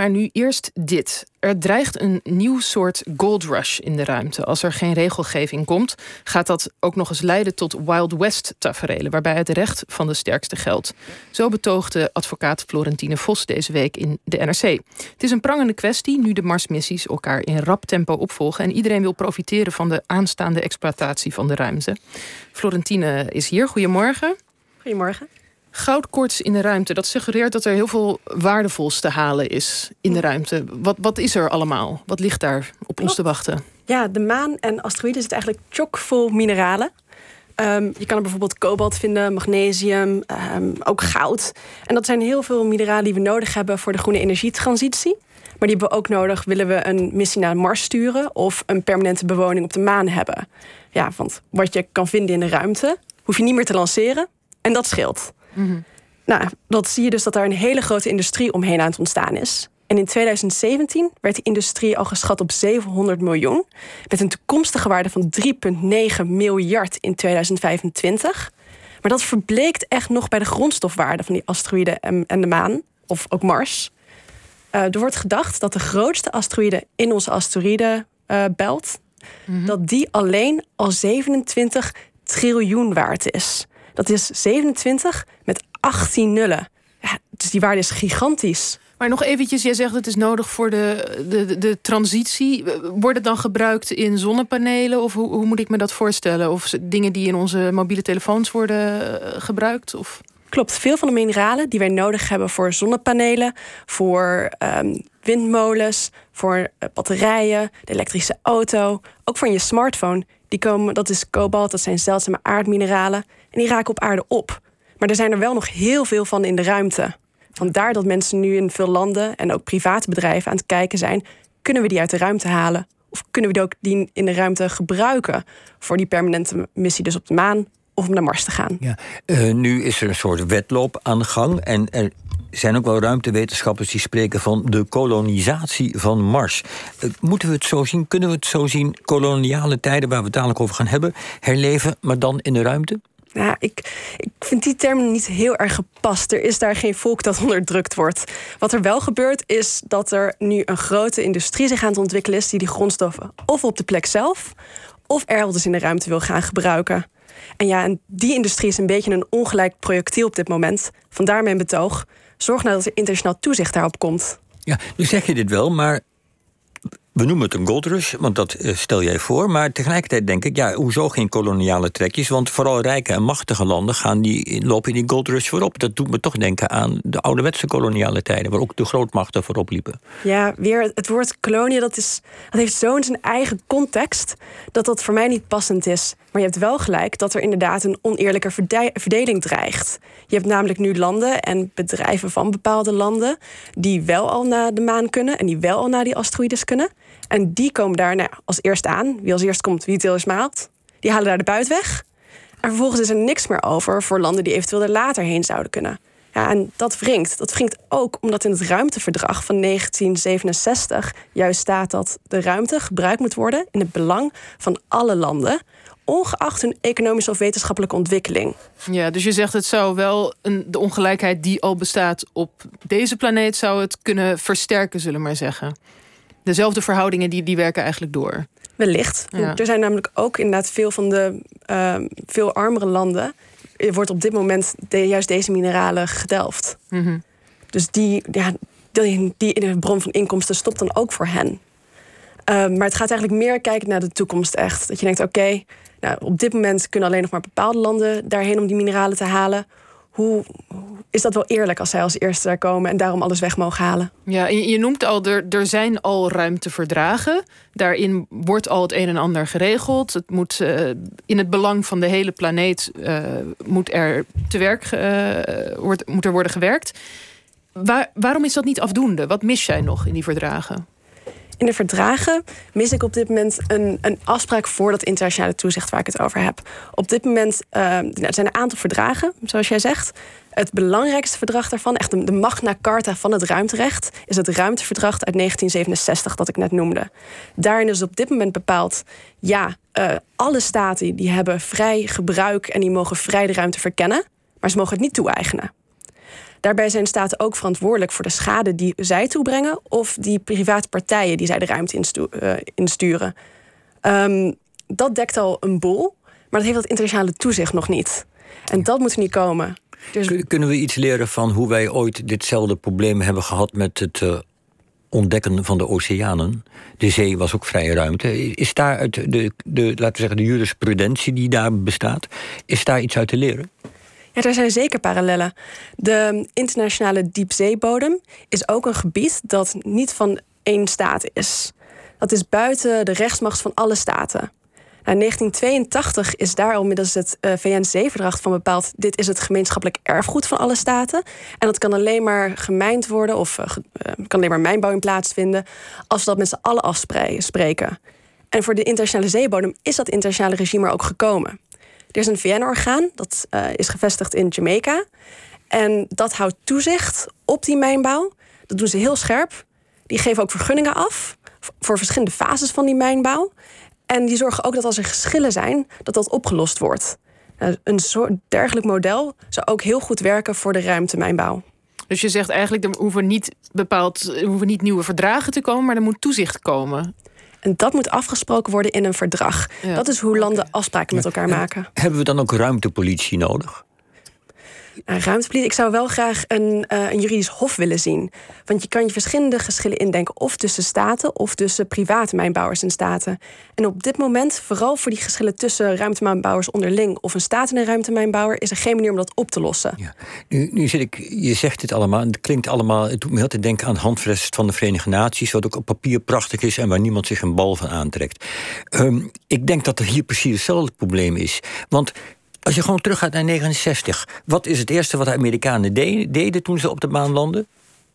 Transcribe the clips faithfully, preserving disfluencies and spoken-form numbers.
Maar nu eerst dit. Er dreigt een nieuw soort gold rush in de ruimte. Als er geen regelgeving komt, gaat dat ook nog eens leiden tot Wild West taferelen, waarbij het recht van de sterkste geldt. Zo betoogde advocaat Florentine Vos deze week in de N R C. Het is een prangende kwestie nu de Marsmissies elkaar in rap tempo opvolgen en iedereen wil profiteren van de aanstaande exploitatie van de ruimte. Florentine is hier. Goedemorgen. Goedemorgen. Goudkoorts in de ruimte, dat suggereert dat er heel veel waardevols te halen is in de ruimte. Wat, wat is er allemaal? Wat ligt daar op ons te wachten? Ja, de maan en asteroïden zitten eigenlijk chockvol mineralen. Um, je kan er bijvoorbeeld kobalt vinden, magnesium, um, ook goud. En dat zijn heel veel mineralen die we nodig hebben voor de groene energietransitie. Maar die hebben we ook nodig, willen we een missie naar Mars sturen of een permanente bewoning op de maan hebben. Ja, want wat je kan vinden in de ruimte, hoef je niet meer te lanceren. En dat scheelt. Mm-hmm. Nou, dat zie je dus dat daar een hele grote industrie omheen aan het ontstaan is. En in tweeduizend zeventien werd die industrie al geschat op zevenhonderd miljoen... met een toekomstige waarde van drie komma negen miljard in tweeduizend vijfentwintig. Maar dat verbleekt echt nog bij de grondstofwaarde van die asteroïden en, en de maan, of ook Mars. Uh, er wordt gedacht dat de grootste asteroïde in onze asteroïdenbelt... Uh, mm-hmm. dat die alleen al zevenentwintig triljoen waard is. Dat is zevenentwintig met achttien nullen. Ja, dus die waarde is gigantisch. Maar nog eventjes, jij zegt het is nodig voor de, de, de, de transitie. Wordt het dan gebruikt in zonnepanelen? Of hoe, hoe moet ik me dat voorstellen? Of dingen die in onze mobiele telefoons worden gebruikt? Of? Klopt, veel van de mineralen die wij nodig hebben voor zonnepanelen, voor um, windmolens, voor uh, batterijen, de elektrische auto, ook voor je smartphone. Die komen, dat is kobalt, dat zijn zeldzame aardmineralen. En die raken op aarde op. Maar er zijn er wel nog heel veel van in de ruimte. Vandaar dat mensen nu in veel landen en ook private bedrijven aan het kijken zijn, kunnen we die uit de ruimte halen? Of kunnen we die ook die in de ruimte gebruiken voor die permanente missie, dus op de maan of om naar Mars te gaan? Ja, uh, nu is er een soort wedloop aan de gang. En er zijn ook wel ruimtewetenschappers die spreken van de kolonisatie van Mars. Uh, moeten we het zo zien? Kunnen we het zo zien? Koloniale tijden, waar we het dadelijk over gaan hebben, herleven, maar dan in de ruimte? Nou, ik, ik vind die term niet heel erg gepast. Er is daar geen volk dat onderdrukt wordt. Wat er wel gebeurt, is dat er nu een grote industrie zich aan het ontwikkelen is die die grondstoffen of op de plek zelf of elders in de ruimte wil gaan gebruiken. En ja, en die industrie is een beetje een ongelijk projectiel op dit moment. Vandaar mijn betoog. Zorg nou dat er internationaal toezicht daarop komt. Ja, nu zeg je dit wel, maar we noemen het een gold rush, want dat uh, stel jij voor. Maar tegelijkertijd denk ik, ja, hoezo geen koloniale trekjes? Want vooral rijke en machtige landen gaan die, lopen in die gold rush voorop. Dat doet me toch denken aan de ouderwetse koloniale tijden, waar ook de grootmachten voorop liepen. Ja, weer het woord kolonie, dat, is, dat heeft zo in zijn eigen context dat dat voor mij niet passend is. Maar je hebt wel gelijk dat er inderdaad een oneerlijke verdeling dreigt. Je hebt namelijk nu landen en bedrijven van bepaalde landen die wel al naar de maan kunnen en die wel al naar die asteroïdes kunnen. En die komen daar nou, als eerst aan. Wie als eerst komt, wie het eerst maalt. Die halen daar de buit weg. En vervolgens is er niks meer over voor landen die eventueel er later heen zouden kunnen. Ja, en dat wringt. Dat wringt ook omdat in het ruimteverdrag van negentien zevenenzestig juist staat dat de ruimte gebruikt moet worden in het belang van alle landen, ongeacht hun economische of wetenschappelijke ontwikkeling. Ja, dus je zegt het zou wel een, de ongelijkheid die al bestaat op deze planeet zou het kunnen versterken, zullen we maar zeggen. Dezelfde verhoudingen die, die werken eigenlijk door. Wellicht. Ja. Er zijn namelijk ook inderdaad veel van de uh, veel armere landen, er wordt op dit moment de, juist deze mineralen gedelft. Mm-hmm. Dus die, ja, die, die bron van inkomsten stopt dan ook voor hen. Uh, maar het gaat eigenlijk meer kijken naar de toekomst echt. Dat je denkt, oké, okay, nou, op dit moment kunnen alleen nog maar bepaalde landen daarheen om die mineralen te halen. Hoe is dat wel eerlijk als zij als eerste daar komen en daarom alles weg mogen halen? Ja, je, je noemt al, er, er zijn al ruimteverdragen. Daarin wordt al het een en ander geregeld. Het moet uh, in het belang van de hele planeet uh, moet er te werk uh, wordt, moet er worden gewerkt. Waar, waarom is dat niet afdoende? Wat mis jij nog in die verdragen? In de verdragen mis ik op dit moment een, een afspraak voor dat internationale toezicht waar ik het over heb. Op dit moment uh, er zijn een aantal verdragen, zoals jij zegt. Het belangrijkste verdrag daarvan, echt de, de Magna Carta van het ruimterecht, is het ruimteverdrag uit negentien zevenenzestig dat ik net noemde. Daarin is op dit moment bepaald, ja, uh, alle staten die hebben vrij gebruik en die mogen vrij de ruimte verkennen, maar ze mogen het niet toe-eigenen. Daarbij zijn staten ook verantwoordelijk voor de schade die zij toebrengen of die private partijen die zij de ruimte instu- uh, insturen. Um, dat dekt al een boel, maar dat heeft dat internationale toezicht nog niet. En dat moet er niet komen. Dus... Kunnen we iets leren van hoe wij ooit ditzelfde probleem hebben gehad met het uh, ontdekken van de oceanen? De zee was ook vrije ruimte. Is daar uit de, de, laten we zeggen, de jurisprudentie die daar bestaat, is daar iets uit te leren? Ja, er zijn zeker parallellen. De internationale diepzeebodem is ook een gebied dat niet van één staat is. Dat is buiten de rechtsmacht van alle staten. In negentien tweeëntachtig is daar al middels het uh, V N-zeeverdrag van bepaald... dit is het gemeenschappelijk erfgoed van alle staten. En dat kan alleen maar gemijnd worden of uh, uh, kan alleen maar mijnbouw in plaatsvinden als we dat met z'n allen afspreken. En voor de internationale zeebodem is dat internationale regime er ook gekomen. Er is een V N-orgaan, dat uh, is gevestigd in Jamaica. En dat houdt toezicht op die mijnbouw. Dat doen ze heel scherp. Die geven ook vergunningen af voor verschillende fases van die mijnbouw. En die zorgen ook dat als er geschillen zijn, dat dat opgelost wordt. Een soort dergelijk model zou ook heel goed werken voor de ruimtemijnbouw. Dus je zegt eigenlijk, er hoeven niet bepaald, er hoeven niet nieuwe verdragen te komen, maar er moet toezicht komen. En dat moet afgesproken worden in een verdrag. Ja. Dat is hoe landen okay. afspraken met elkaar maken. Hebben we dan ook ruimtepolitie nodig? Nou, ruimtepolitie, ik zou wel graag een, uh, een juridisch hof willen zien. Want je kan je verschillende geschillen indenken, of tussen staten of tussen private mijnbouwers en staten. En op dit moment, vooral voor die geschillen tussen ruimtemijnbouwers onderling of een staat en een ruimtemijnbouwer, is er geen manier om dat op te lossen. Ja. Nu, nu zit ik, je zegt dit allemaal, het klinkt allemaal, het doet me heel te denken aan het handvest van de Verenigde Naties, wat ook op papier prachtig is en waar niemand zich een bal van aantrekt. Um, ik denk dat er hier precies hetzelfde probleem is. Want als je gewoon teruggaat naar negenenzestig... wat is het eerste wat de Amerikanen de- deden toen ze op de maan landden?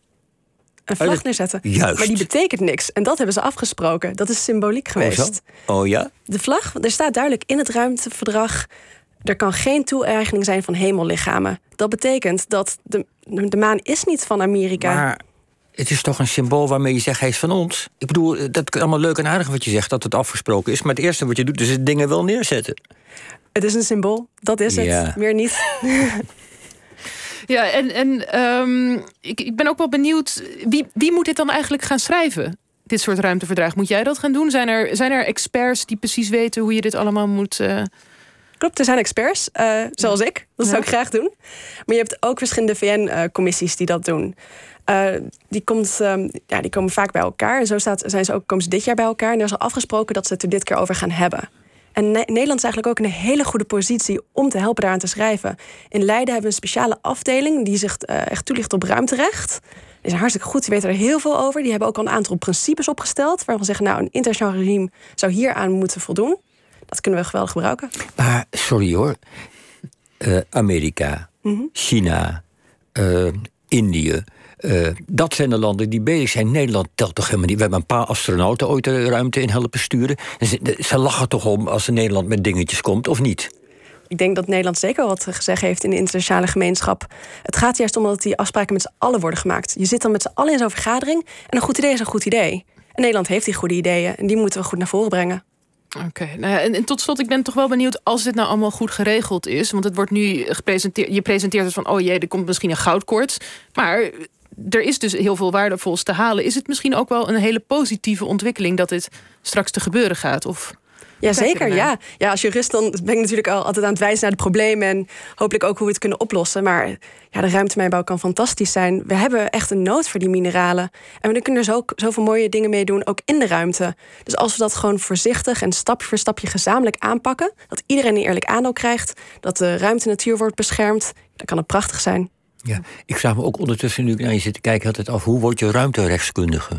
Een vlag neerzetten. Juist. Maar die betekent niks. En dat hebben ze afgesproken. Dat is symboliek geweest. Oh, zo? Oh ja? De vlag, er staat duidelijk in het ruimteverdrag, er kan geen toe-eigening zijn van hemellichamen. Dat betekent dat de, de maan is niet van Amerika. Maar het is toch een symbool waarmee je zegt, hij is van ons? Ik bedoel, dat is allemaal leuk en aardig wat je zegt, dat het afgesproken is. Maar het eerste wat je doet, is het dingen wel neerzetten. Het is een symbool, dat is het. Ja. Meer niet. Ja, en, en um, ik, ik ben ook wel benieuwd, wie, wie moet dit dan eigenlijk gaan schrijven? Dit soort ruimteverdrag. Moet jij dat gaan doen? Zijn er, zijn er experts die precies weten hoe je dit allemaal moet... Uh... Klopt, er zijn experts, uh, zoals ik. Dat zou ja. ik graag doen. Maar je hebt ook verschillende V N-commissies die dat doen. Uh, die, komt, um, ja, die komen vaak bij elkaar. En zo staat, zijn ze ook, komen ze dit jaar bij elkaar. En er is al afgesproken dat ze het er dit keer over gaan hebben. En Ne- Nederland is eigenlijk ook in een hele goede positie om te helpen daaraan te schrijven. In Leiden hebben we een speciale afdeling die zich uh, echt toelicht op ruimterecht. Die zijn hartstikke goed, die weten er heel veel over. Die hebben ook al een aantal principes opgesteld, waarvan ze zeggen, nou, een internationaal regime zou hieraan moeten voldoen. Dat kunnen we geweldig gebruiken. Maar, sorry hoor, uh, Amerika, mm-hmm. China, uh, Indië, Uh, dat zijn de landen die bezig zijn. Nederland telt toch helemaal niet. We hebben een paar astronauten ooit de ruimte in helpen sturen. En ze, ze lachen toch om als Nederland met dingetjes komt, of niet? Ik denk dat Nederland zeker wat gezegd heeft in de internationale gemeenschap. Het gaat juist om dat die afspraken met z'n allen worden gemaakt. Je zit dan met z'n allen in zo'n vergadering en een goed idee is een goed idee. En Nederland heeft die goede ideeën en die moeten we goed naar voren brengen. Oké, okay. nou ja, en, en tot slot, ik ben toch wel benieuwd als dit nou allemaal goed geregeld is. Want het wordt nu gepresenteerd, je presenteert het van, oh jee, er komt misschien een goudkoorts. Maar er is dus heel veel waardevols te halen. Is het misschien ook wel een hele positieve ontwikkeling dat dit straks te gebeuren gaat? Of ja, zeker. Ja. ja, als jurist dan ben ik natuurlijk al altijd aan het wijzen naar de problemen en hopelijk ook hoe we het kunnen oplossen. Maar ja, de ruimtemijnbouw kan fantastisch zijn. We hebben echt een nood voor die mineralen. En we kunnen er zo, zoveel mooie dingen mee doen, ook in de ruimte. Dus als we dat gewoon voorzichtig en stapje voor stapje gezamenlijk aanpakken, dat iedereen een eerlijk aandeel krijgt, dat de ruimtenatuur wordt beschermd, dan kan het prachtig zijn. Ja, ik vraag me ook ondertussen, nu ik naar je zit te kijken, altijd af, hoe word je ruimterechtskundige?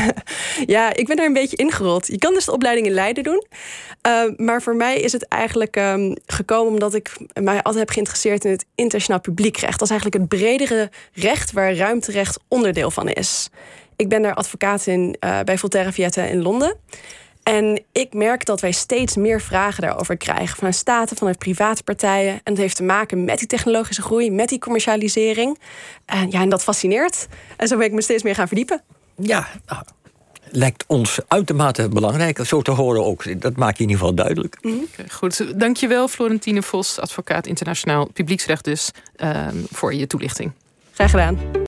Ja, ik ben daar een beetje ingerold. Je kan dus de opleiding in Leiden doen. Uh, maar voor mij is het eigenlijk um, gekomen omdat ik mij altijd heb geïnteresseerd in het internationaal publiekrecht. Dat is eigenlijk het bredere recht waar ruimterecht onderdeel van is. Ik ben daar advocaat in uh, bij Voltaire Viette in Londen. En ik merk dat wij steeds meer vragen daarover krijgen. Vanuit staten, vanuit private partijen. En dat heeft te maken met die technologische groei, met die commercialisering. En, ja, en dat fascineert. En zo ben ik me steeds meer gaan verdiepen. Ja, nou, lijkt ons uitermate belangrijk. Zo te horen ook. Dat maak je in ieder geval duidelijk. Mm-hmm. Okay, goed, dankjewel Florentine Vos, advocaat internationaal publieksrecht dus, uh, voor je toelichting. Graag gedaan.